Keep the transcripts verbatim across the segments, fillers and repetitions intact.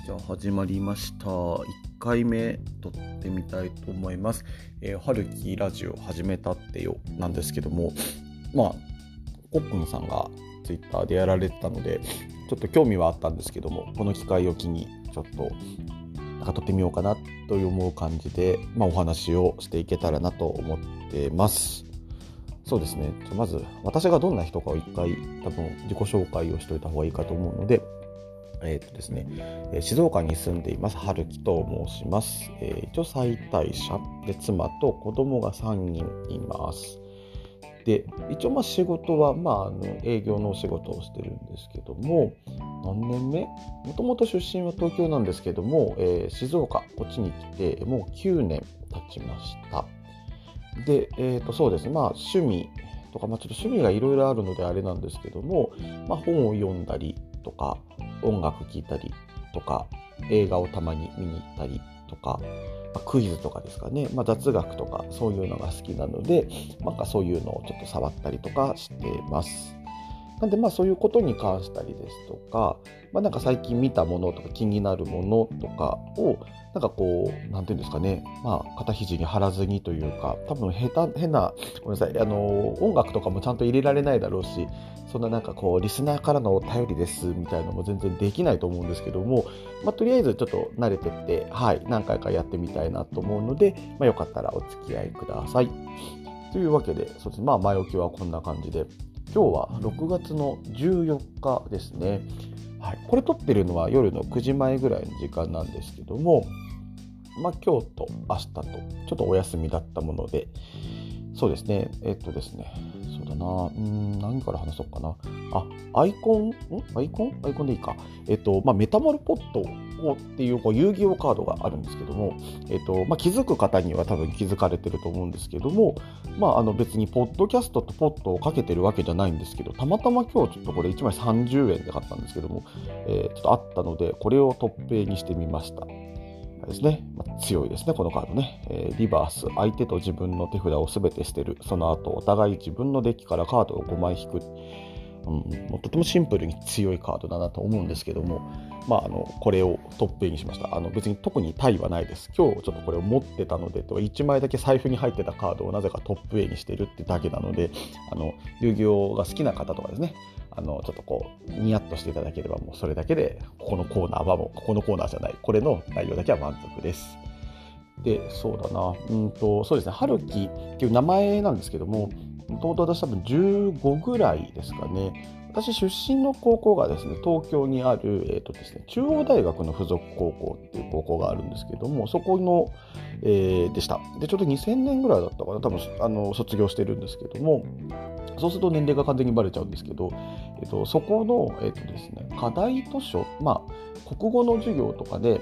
じゃあ始まりました。いっかいめ撮ってみたいと思います。えー、春樹ラジオ始めたってよなんですけども、まあコックンさんがツイッターでやられてたのでちょっと興味はあったんですけども、この機会を機にちょっとなんか撮ってみようかなと思う感じで、まあ、お話をしていけたらなと思ってます。そうですね、まず私がどんな人かを一回多分自己紹介をしておいた方がいいかと思うので、えーとですね、静岡に住んでいます春樹と申します。えー、一応妻帯者で妻と子供がさんにんいます。で一応まあ仕事は、まあ、あの営業のお仕事をしてるんですけども、何年目もともと出身は東京なんですけども、えー、静岡こっちに来てもうきゅうねん経ちました。で、えーとそうですね、まあ趣味とか、まあ、ちょっと趣味がいろいろあるのであれなんですけども、まあ、本を読んだりとか音楽聴いたりとか映画をたまに見に行ったりとか、まあ、クイズとかですかね、まあ、雑学とかそういうのが好きなので、なんかそういうのをちょっと触ったりとかしてます。なんでまあそういうことに関したりですとか、まあ、なんか最近見たものとか気になるものとかをなんかこうなんていうんですかね、まあ肩肘に張らずにというか、多分下手変なごめんなさい、あの音楽とかもちゃんと入れられないだろうし、そんななんかこうリスナーからのお便りですみたいなのも全然できないと思うんですけども、まあ、とりあえずちょっと慣れてってはい何回かやってみたいなと思うので、まあ、よかったらお付き合いくださいというわけで、そうですね、まあ前置きはこんな感じで、今日はろくがつのじゅうよっかですね。はい、これ撮ってるのは夜のくじまえぐらいの時間なんですけども、まあ、今日と明日とちょっとお休みだったもので、そうですね、えっとですね、そうだな、うーん、何から話そうかな。あ、アイコン、んアイコンアイコンでいいか。えっと、まあ、メタモルポットをっていうこう遊戯王カードがあるんですけども、えっと、まあ、気づく方には多分気づかれてると思うんですけども、まあ、あの別にポッドキャストとポットをかけてるわけじゃないんですけど、たまたま今日ちょっとこれいちまいさんじゅうえんで買ったんですけども、えー、ちょっとあったので、これをトッペイにしてみました。ですね、まあ、強いですね、このカードね、えー。リバース、相手と自分の手札をすべて捨てる。その後、お互い自分のデッキからカードをごまい引く。うん、もうとてもシンプルに強いカードだなと思うんですけども、まあ、あのこれをトップ A にしました。あの別に特に対はないです。今日ちょっとこれを持ってたので、いちまいだけ財布に入ってたカードをなぜかトップ A にしてるってだけなので、あの遊戯王が好きな方とかですね、あのちょっとこうニヤッとしていただければ、もうそれだけでここのコーナーはもうここのコーナーじゃない、これの内容だけは満足です。で、そうだな、うんとそうですね、春樹っていう名前なんですけども、もともと私多分じゅうごぐらいですかね。私出身の高校がですね、東京にある、えーとですね、中央大学の附属高校っていう高校があるんですけども、そこの、えー、でした。で、ちょうどにせんねんぐらいだったかな、多分あの卒業してるんですけども、そうすると年齢が完全にバレちゃうんですけど、えーと、そこの、えーとですね、課題図書、まあ、国語の授業とかで、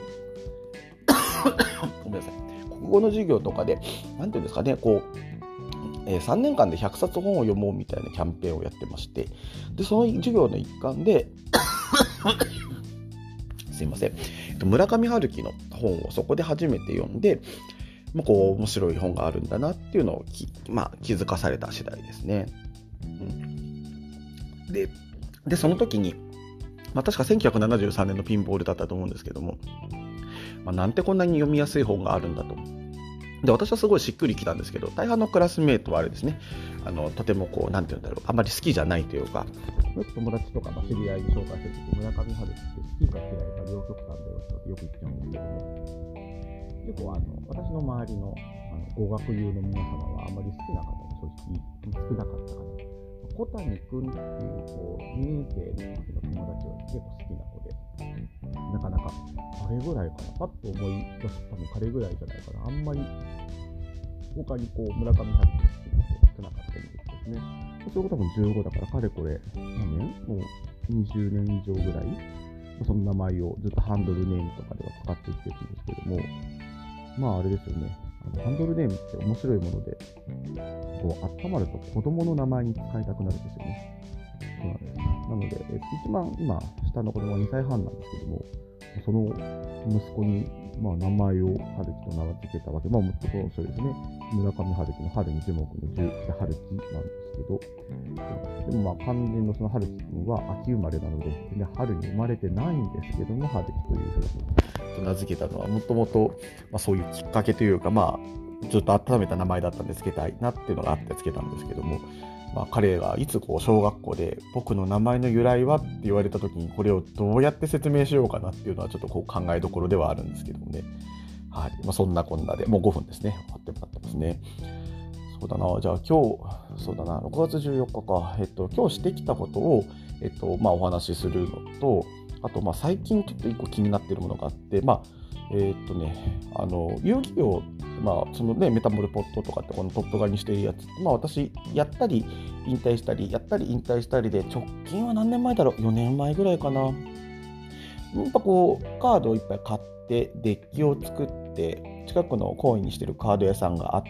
ごめんなさい、国語の授業とかで、なんていうんですかね、こう、えー、さんねんかんでひゃくさつ本を読もうみたいなキャンペーンをやってまして、でその授業の一環ですいません、村上春樹の本をそこで初めて読んで、まあ、こう面白い本があるんだなっていうのをき、まあ、気づかされた次第ですね。うん、で, でその時に、まあ、確かせんきゅうひゃくななじゅうさんねんのピンボールだったと思うんですけども、まあ、なんてこんなに読みやすい本があるんだと。で、私はすごいしっくりきたんですけど、大半のクラスメートはあれですね、あのとてもこう、なんていうんだろう、あんまり好きじゃないというか、友達とかまあ知り合いに紹介するとき、村上春樹って好きか嫌いか両極端だよってよく言っちゃうんですけども、結構あの私の周りの、あの語学友の皆様はあんまり好きな方が正直少なかったかな。小谷くんっていうこうにねん生の時の友達は結構好きな子で、なかなかあれぐらいかな、パッと思い出す多分彼ぐらいじゃないかな、あんまり他にこう村上春樹の好きな人少なかったんですね。それが多分じゅうごだから、かれこれ何年もうにじゅうねん以上ぐらいその名前をずっとハンドルネームとかでは使ってきてるんですけども、まああれですよね、あのハンドルネームって面白いもので、こう温まると子供の名前に使いたくなるんですよね。そうなんです。なので、え一番今下の子供はにさいはんなんですけども、 その息子に、まあ、名前を春樹と名付けたわけ。まあ、もちろんそうですね。村上春樹の春に樹木の樹で春樹なんですけど、でもまあ、肝心のその春樹君は秋生まれなので、全然春に生まれてないんですけども、春樹というふうに名付けたのは、もともとそういうきっかけというか、まあ、ずっと温めた名前だったんでつけたいなっていうのがあってつけたんですけども、まあ、彼がいつこう小学校で僕の名前の由来はって言われた時にこれをどうやって説明しようかなっていうのはちょっとこう考えどころではあるんですけどもね。はい。まあ、そんなこんなでもうごふんですね。終わってもらってますね。そうだな。じゃあ今日、そうだな。ろくがつじゅうよっかか。えっと、今日してきたことを、えっと、まあお話しするのと、あと、まあ最近ちょっと一個気になっているものがあって、まあ、えーっとね、あの、遊戯王、まあ、そのね、メタモルポットとかってこのトップガンにしているやつ、まあ私、やったり引退したり、やったり引退したりで、直近は何年前だろう ?よ 年前ぐらいかな。やっぱこう、カードをいっぱい買って、デッキを作って、近くの公園にしてるカード屋さんがあって、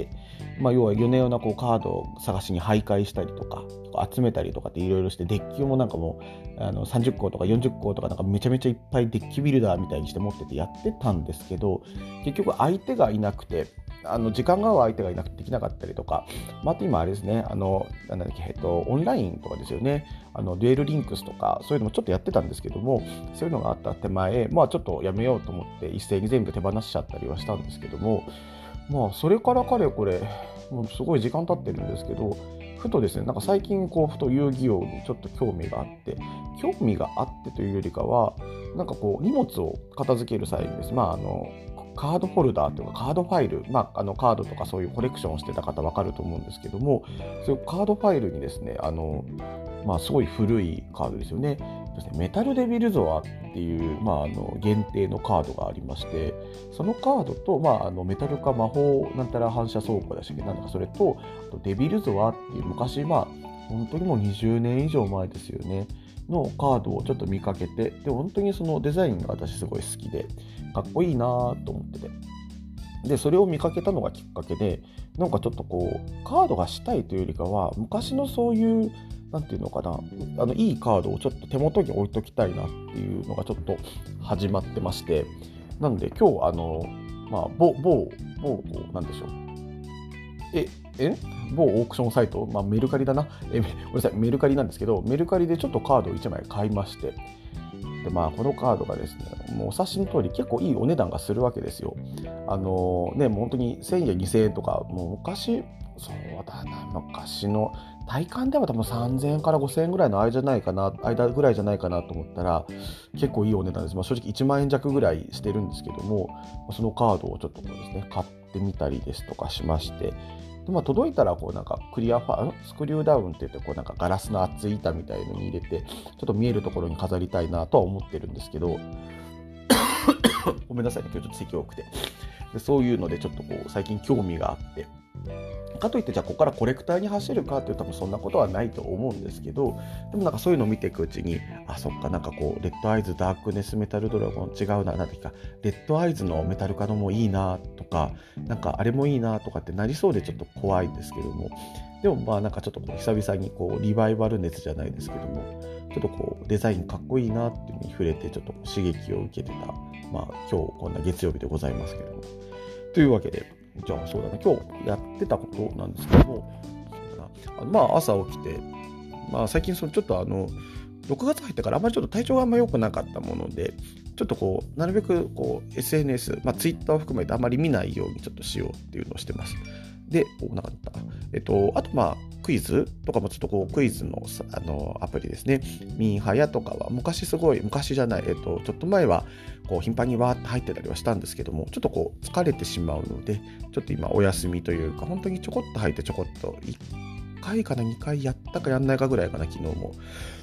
まあ、要は夜な夜なこうカードを探しに徘徊したりとか、集めたりとかっていろいろして、デッキもなんかもうあのさんじゅっことかよんじゅっことかなんかめちゃめちゃいっぱいデッキビルダーみたいにして持っててやってたんですけど、結局相手がいなくて、あの時間が合う相手がいなくてできなかったりとか、まあ、あと今あれですね、あのなんだっけ、えっと、オンラインとかですよね、あのデュエルリンクスとかそういうのもちょっとやってたんですけども、そういうのがあった手前、まあちょっとやめようと思って一斉に全部手放しちゃったりはしたんですけども、まあそれからかれこれもうすごい時間経ってるんですけど、ふとですね、なんか最近こうふと遊戯王にちょっと興味があって、興味があってというよりかは、なんかこう荷物を片付ける際にです、まああのカードホルダーというかカードファイル、まあ、あのカードとかそういうコレクションをしてた方わかると思うんですけども、そういうカードファイルにですね、あの、まあ、すごい古いカードですよね。メタルデビルゾアっていう、まあ、あの限定のカードがありまして、そのカードと、まあ、あのメタルか魔法なんたら反射倉庫でしたっけ、なんだかそれと、あとデビルゾアっていう昔、まあ、本当にもうにじゅうねん以上前ですよね。のカードをちょっと見かけて、で本当にそのデザインが私すごい好きでかっこいいなと思ってて、でそれを見かけたのがきっかけで、なんかちょっとこうカードがしたいというよりかは、昔のそういうなんていうのかな、あのいいカードをちょっと手元に置いときたいなっていうのがちょっと始まってまして、なので今日あのまあ某某某なんでしょうええ某オークションサイト、まあ、メルカリだなえ、ごめんなさい、メルカリなんですけど、メルカリでちょっとカードをいちまい買いまして、でまあ、このカードがですね、もうお察しの通り結構いいお値段がするわけですよ。あのー、ね、もう本当にせんえん、にせんえんとか、もう昔、そうだな、昔の体感では多分さんぜんえんからごせんえんぐらいの間じゃないかな、間ぐらいじゃないかなと思ったら、結構いいお値段です。まあ、正直いちまんえん弱ぐらいしてるんですけども、そのカードをちょっとですね、買ってみたりですとかしまして、でまあ、届いたらこうなんかクリアファスクリューダウンって言ってこうなんかガラスの厚い板みたいのに入れてちょっと見えるところに飾りたいなとは思ってるんですけどごめんなさいね、今日ちょっと咳多くて、でそういうのでちょっとこう最近興味があって、かといってじゃあここからコレクターに走るかっていうと多分そんなことはないと思うんですけど、でもなんかそういうのを見ていくうちに、あ、そっか、なんかこうレッドアイズダークネスメタルドラゴン違うな、なんだっけか、レッドアイズのメタルカノもいいなとか、なんかあれもいいなとかってなりそうでちょっと怖いんですけども、でもまあなんかちょっとこう久々にこうリバイバル熱じゃないですけども、ちょっとこうデザインかっこいいなっていうのに触れてちょっと刺激を受けてた、まあ今日こんな月曜日でございますけども、というわけで、じゃあそうだな、今日やってたことなんですけども、そうだな、あのまあ朝起きて、まあ最近そのちょっとあのろくがつ入ってからあんまりちょっと体調があんま良くなかったもので、ちょっとこうなるべくこう エスエヌエス、まあ Twitter を含めてあまり見ないようにちょっとしようっていうのをしてます。で、おなかった。えっと、あとまあクイズとかもちょっとこうクイズのあのアプリですね。ミンハヤとかは昔すごい、昔じゃない、えっと、ちょっと前はこう頻繁にわーって入ってたりはしたんですけども、ちょっとこう疲れてしまうので、ちょっと今お休みというか、本当にちょこっと入ってちょこっといっかいかな、にかいやったかやんないかぐらいかな、昨日も。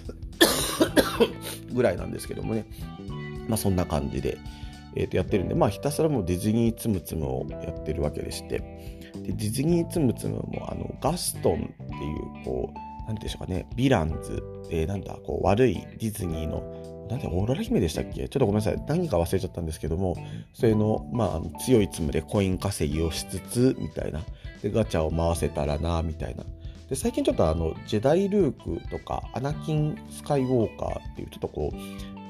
ぐらいなんですけどもね。まあそんな感じで、えー、とやってるんで、まあひたすらもうディズニーつむつむをやってるわけでして、でディズニーつむつむもあのガストンっていうこうなんていうんでしょうかね、ヴィランズ、えー、なんだこう悪いディズニーのなんでオーロラ姫でしたっけ、ちょっとごめんなさい、何か忘れちゃったんですけども、それのまあ強いつむでコイン稼ぎをしつつみたいな、でガチャを回せたらなみたいな。で最近ちょっとあのジェダイルークとかアナキンスカイウォーカーっていうちょっとこう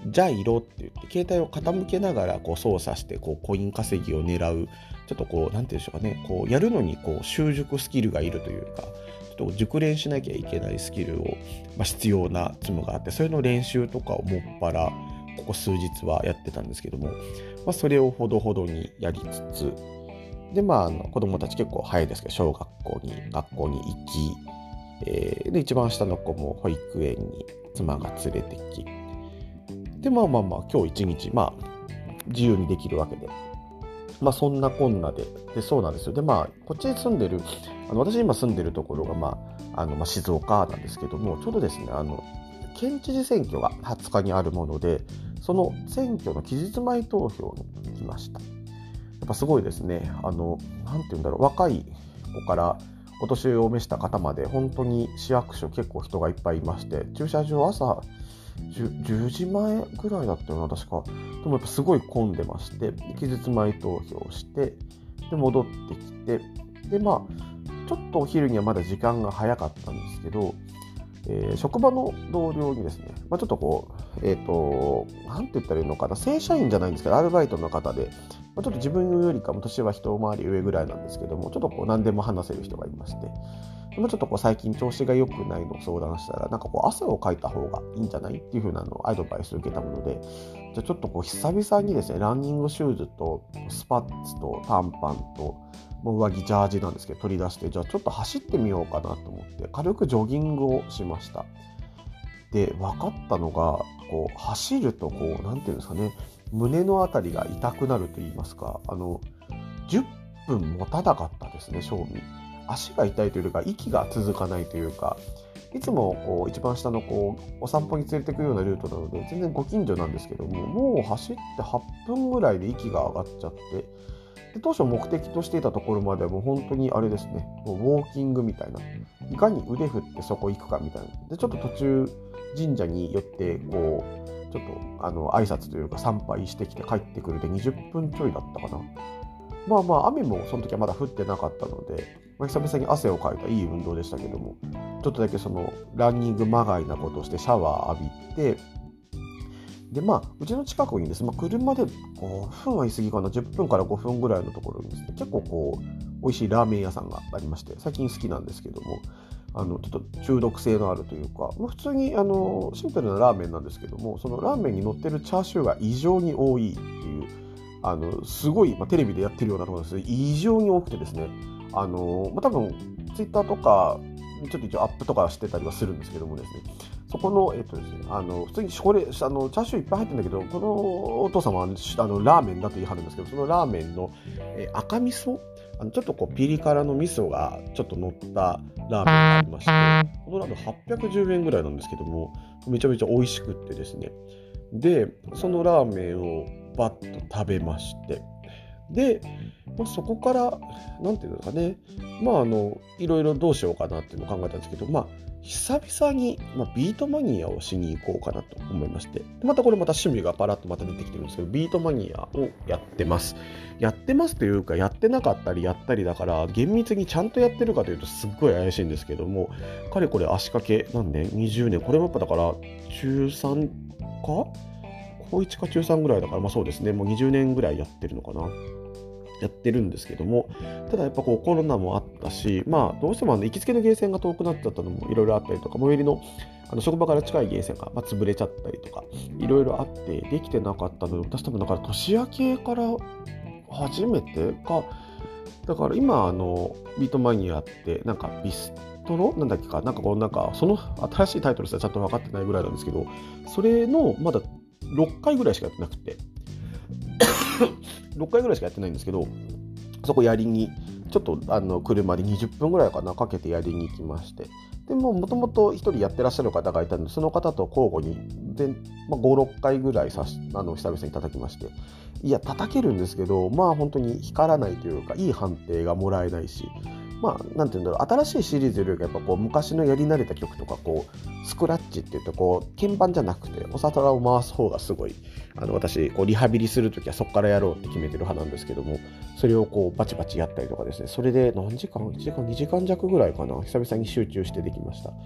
ジャイロって言って携帯を傾けながらこう操作してこうコイン稼ぎを狙う、ちょっとこうなんていうんでしょうかね、こうやるのにこう習熟スキルがいるというか、ちょっと熟練しなきゃいけないスキルを、まあ、必要な積むがあって、それの練習とかをもっぱらここ数日はやってたんですけども、まあ、それをほどほどにやりつつで、まあ、あの子供たち結構早いですけど小学校に学校に行き、えー、で一番下の子も保育園に妻が連れてき、でまあまあまあ今日一日まあ自由にできるわけで、まあそんなこんなで、でそうなんですよ。でまあこっちに住んでる、あの私今住んでるところがまああのまあ静岡なんですけども、ちょうどですねあの県知事選挙がはつかにあるもので、その選挙の期日前投票に来ました。やっぱすごいですね。あのなんていうんだろう、若い子からお年を召した方まで本当に市役所結構人がいっぱいいまして、駐車場朝じゅうじまえぐらいだったよな確か。でもやっぱすごい混んでまして、期日前投票してで戻ってきて、でまあちょっとお昼にはまだ時間が早かったんですけど、えー、職場の同僚にですね、まあ、ちょっとこうえっ、ー、となんて言ったらいいのかな、正社員じゃないんですけどアルバイトの方で、まあ、ちょっと自分よりかも年は一回り上ぐらいなんですけども、ちょっとこう何でも話せる人がいまして、まあ、ちょっとこう最近調子が良くないのを相談したら、なんかこう汗をかいた方がいいんじゃないっていう風なのをアドバイスを受けたもので、じゃあちょっとこう久々にですね、ランニングシューズとスパッツと短パンともう上着ジャージなんですけど取り出して、じゃあちょっと走ってみようかなと思って軽くジョギングをしました。で分かったのが、こう走るとこうなんていうんですかね、胸のあたりが痛くなると言いますか、あのじゅっぷん持たなかったですね。正味足が痛いというよりか息が続かないというか、いつもこう一番下のこうお散歩に連れてくようなルートなので全然ご近所なんですけども、もう走ってはっぷんぐらいで息が上がっちゃって、で当初目的としていたところまではもう本当にあれですね、もうウォーキングみたいな、いかに腕振ってそこ行くかみたいなで、ちょっと途中神社に寄ってこうちょっとあの挨拶というか参拝してきて帰ってくるでにじゅっぷんちょいだったかな。まあまあ雨もその時はまだ降ってなかったので、まあ、久々に汗をかいたいい運動でしたけども、ちょっとだけそのランニングまがいなことをしてシャワー浴びて、でまあうちの近くにですね、まあ、車でごふんは言い過ぎかな、じゅっぷんからごふんぐらいのところにですね、結構こう美味しいラーメン屋さんがありまして、最近好きなんですけども、あのちょっと中毒性のあるというか、まあ、普通にあのシンプルなラーメンなんですけども、そのラーメンに乗ってるチャーシューが異常に多いっていう、あのすごい、まあ、テレビでやってるようなところですね、異常に多くてですね、あの、まあ、多分ツイッターとかちょっと一応アップとかしてたりはするんですけどもですね、そこの、えっとですね、あの普通にこれあのチャーシューいっぱい入ってるんだけど、このお父様はあのラーメンだと言い張るんですけど、そのラーメンの、えー、赤味噌、あのちょっとこうピリ辛の味噌がちょっと乗ったラーメンがありまして、このラーメンはっぴゃくじゅうえんぐらいなんですけども、めちゃめちゃ美味しくってですね、でそのラーメンをバッと食べまして、で、まあ、そこからなんていうんですかね、まああのいろいろどうしようかなっていうのを考えたんですけど、まあ久々に、まあ、ビートマニアをしに行こうかなと思いまして、またこれまた趣味がパラッとまた出てきてるんですけど、ビートマニアをやってますやってますというか、やってなかったりやったりだから、厳密にちゃんとやってるかというとすっごい怪しいんですけども、かれこれ足掛け何年にじゅうねん、これもやっぱだから中さんか高いちか中さんぐらいだから、まあそうですね、もうにじゅうねんぐらいやってるのかな、やってるんですけども、ただやっぱこうコロナもあったし、まあどうしてもあの行きつけのゲーセンが遠くなっちゃったのもいろいろあったりとか、最寄りのあの職場から近いゲーセンが、まあ、潰れちゃったりとかいろいろあってできてなかったので、私多分だから年明けから初めてか、だから今あのビートマニアってなんかビストロなんだっけか、なんかこうなんかその新しいタイトルすらちゃんと分かってないぐらいなんですけど、それのまだろっかいぐらいしかやってなくてろっかいぐらいしかやってないんですけど、そこやりにちょっとあの車でにじゅっぷんぐらいかなかけてやりに行きまして、でももともと一人やってらっしゃる方がいたので、その方と交互にで、まあ、ご、ろっかいぐらいさしあの久々に叩きまして、いや叩けるんですけど、まあ本当に光らないというか、いい判定がもらえないし、まあなんていうんだろう、新しいシリーズよりかやっぱこう昔のやり慣れた曲とか、こうスクラッチって言ってこう鍵盤じゃなくてお皿を回す方がすごい、あの私こうリハビリするときはそこからやろうって決めてる派なんですけども、それをこうバチバチやったりとかですね、それで何時間いちじかんにじかん弱ぐらいかな、久々に集中してできました。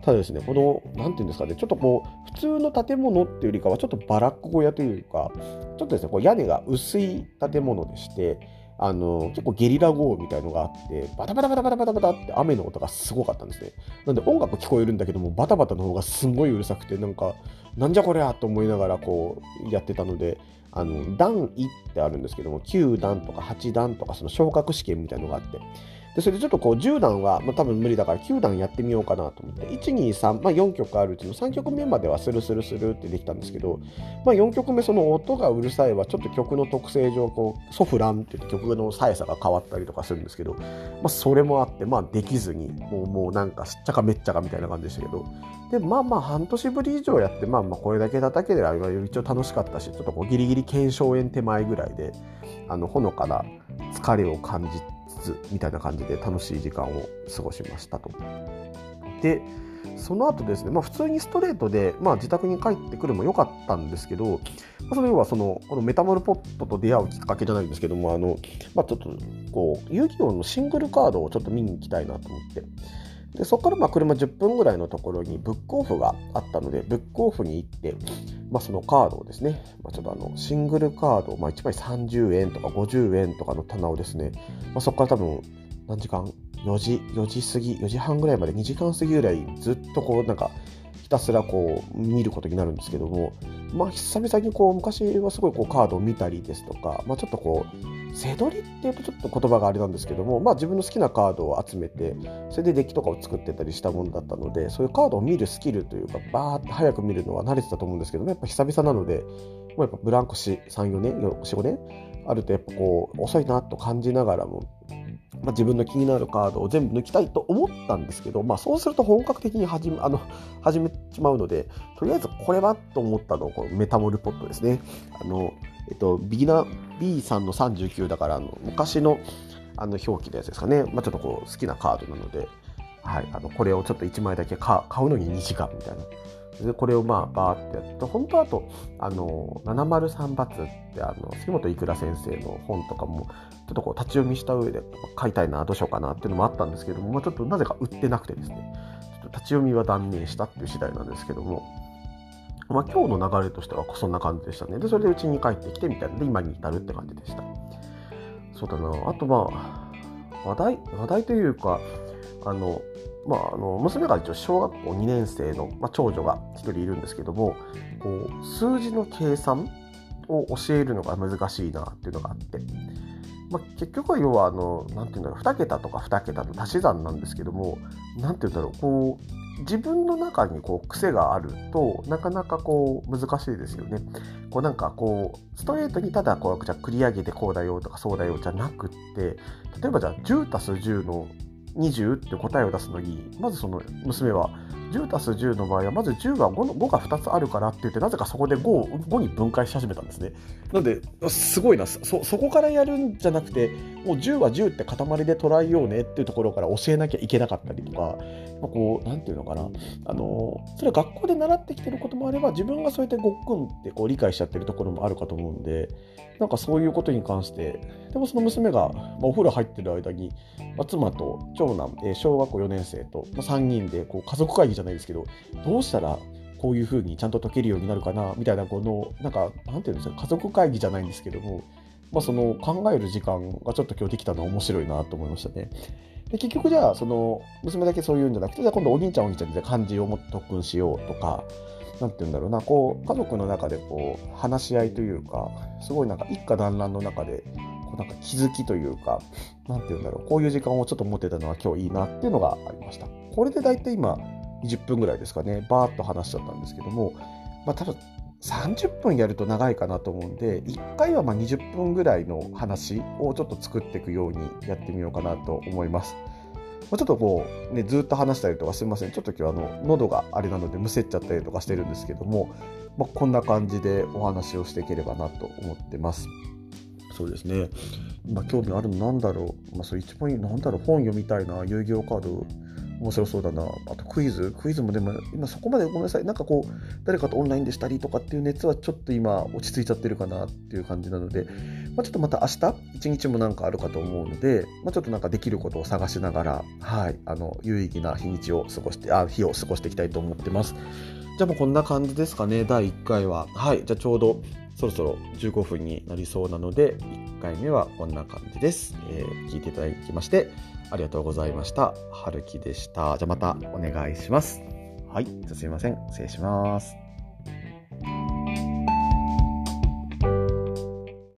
ただですね、この、なんていうんですかね、ちょっとこう、普通の建物っていうよりかは、ちょっとバラック小屋というか、ちょっとですね、こう屋根が薄い建物でして、あの結構ゲリラ豪雨みたいのがあって、バタバタバタバタバタバタって雨の音がすごかったんですね。なんで音楽聞こえるんだけども、バタバタの方がすんごいうるさくて、なんか、なんじゃこりゃと思いながらこうやってたので、あの段位ってあるんですけども、きゅう段とかはち段とかその昇格試験みたいなのがあって、でそれでちょっとこうじゅう段は、まあ、多分無理だからきゅう段やってみようかなと思って、いち、に、さん、まあ、よん曲あるうちのさん曲目まではスルスルスルってできたんですけど、まあ、よん曲目その音がうるさいはちょっと曲の特性上こうソフランって言って曲の速さが変わったりとかするんですけど、まあ、それもあってまあできずにもうもうなんかしっちゃかめっちゃかみたいな感じでしたけど、でまあまあ半年ぶり以上やってまあまあこれだけだけで一応楽しかったし、ちょっとこうギリギリ腱鞘炎手前ぐらいであのほのかな疲れを感じつつみたいな感じで楽しい時間を過ごしましたと。でその後ですね、まあ、普通にストレートで、まあ、自宅に帰ってくるも良かったんですけど、まあ、その要はそのこのメタモルポットと出会うきっかけじゃないんですけども、あの、まあ、ちょっとこう遊戯王のシングルカードをちょっと見に行きたいなと思って、でそこからまあ車じゅっぷんぐらいのところにブックオフがあったので、ブックオフに行って、まあ、そのカードをですね、まあ、ちょっとあのシングルカード、まあ、いちまいさんじゅうえんとかごじゅうえんとかの棚をですね、まあ、そこから多分何時間よじ、よじ過ぎ、よじはんぐらいまでにじかん過ぎぐらいずっとこうなんかひたすらこう見ることになるんですけども、まあ久々にこう昔はすごいこうカードを見たりですとか、まあちょっとこう背取りっていうとちょっと言葉があれなんですけども、まあ自分の好きなカードを集めて、それでデッキとかを作ってたりしたものだったので、そういうカードを見るスキルというか、バーって早く見るのは慣れてたと思うんですけども、やっぱ久々なので、もうやっぱブランクさん、よねん、よん、ごねんあるとやっぱこう遅いなと感じながらも、まあ、自分の気になるカードを全部抜きたいと思ったんですけど、まあ、そうすると本格的に始め、あの始めちまうので、とりあえずこれはと思ったのをこのメタモルポットですね。あの、えっと、ビギナー B さんのさんじゅうきゅうだからあの昔のあの表記のやつですかね。まあ、ちょっとこう好きなカードなので、はい、あのこれをちょっといちまいだけ買うのににじかんみたいな。でこれをまあバーってやって、本当はあとあのななまるさん罰ってあの杉本いくら先生の本とかもちょっとこう立ち読みした上で買いたいな、どうしようかなっていうのもあったんですけども、まあ、ちょっとなぜか売ってなくてですね、ちょっと立ち読みは断念したっていう次第なんですけども、まあ、今日の流れとしてはそんな感じでしたね。でそれでうちに帰ってきてみたいなで今に至るって感じでした。そうだなあとまあ話題話題というか、あのまあ、あの娘が一応小学校にねん生の、まあ、長女がひとりいるんですけども、こう数字の計算を教えるのが難しいなっていうのがあって、まあ、結局は要はあのなんていうんだろうに桁とかに桁の足し算なんですけども、なんていうんだろうこう自分の中にこう癖があるとなかなかこう難しいですよね。こうなんかこうストレートにただこうじゃ繰り上げてこうだよとかそうだよじゃなくって、例えばじゃあじゅうたすじゅうのにじゅうって答えを出すのに、まずその娘はじゅうたすじゅうの場合はまずじゅうが 5, のごがふたつあるからって言って、なぜかそこで 5, をごに分解し始めたんですね。なのですごいな そ, そこからやるんじゃなくて、もうじゅうはじゅうって塊で捉えようねっていうところから教えなきゃいけなかったりとか、まあ、こうなんていうのかな、あのそれは学校で習ってきてることもあれば、自分がそうやってごっくんってこう理解しちゃってるところもあるかと思うんで、なんかそういうことに関して、でもその娘が、まあ、お風呂入ってる間に、まあ、妻と長男、えー、小学校よねん生と、まあ、さんにんでこう家族会議じゃないですけど、どうしたらこういう風にちゃんと解けるようになるかなみたいな、このなんかなんていうんですか、家族会議じゃないんですけども、まあ、その考える時間がちょっと今日できたのは面白いなと思いましたね。で結局じゃあその娘だけそういうんじゃなくて、じゃあ今度お兄ちゃんお兄ちゃんで漢字をもっと特訓しようとか、なんていうんだろうな、こう家族の中でこう話し合いというか、すごいなんか一家団らんの中でこうなんか気づきというか、なんていうんだろう、こういう時間をちょっと持てたのは今日いいなっていうのがありました。これで大体今にじゅっぷんぐらいですかね、バーッと話しちゃったんですけども、まあ多分さんじゅっぷんやると長いかなと思うんで、いっかいはまあにじゅっぷんぐらいの話をちょっと作っていくようにやってみようかなと思います。ちょっとこう、ね、ずっと話したりとかすみません。ちょっと今日あの喉があれなのでむせっちゃったりとかしてるんですけども、まあ、こんな感じでお話をしていければなと思ってます。そうですね。今興味あるのなんだろう。まあ、それ一番いいなんだろう。本読みたいな。遊戯王カード面白そうだな。あとクイズクイズもでも今そこまでごめんなさい、なんかこう誰かとオンラインでしたりとかっていう熱はちょっと今落ち着いちゃってるかなっていう感じなので、まあ、ちょっとまた明日一日もなんかあるかと思うので、まあ、ちょっとなんかできることを探しながら、はい、あの有意義な日にちを過ごしてあ日を過ごしていきたいと思ってます。じゃあもうこんな感じですかね、だいいっかいは。はい、じゃあちょうどそろそろじゅうごふんになりそうなので、いっかいめはこんな感じです。えー、聞いていただきましてありがとうございました。はるきでした。じゃあまたお願いします。はい、じゃあすいません。失礼します。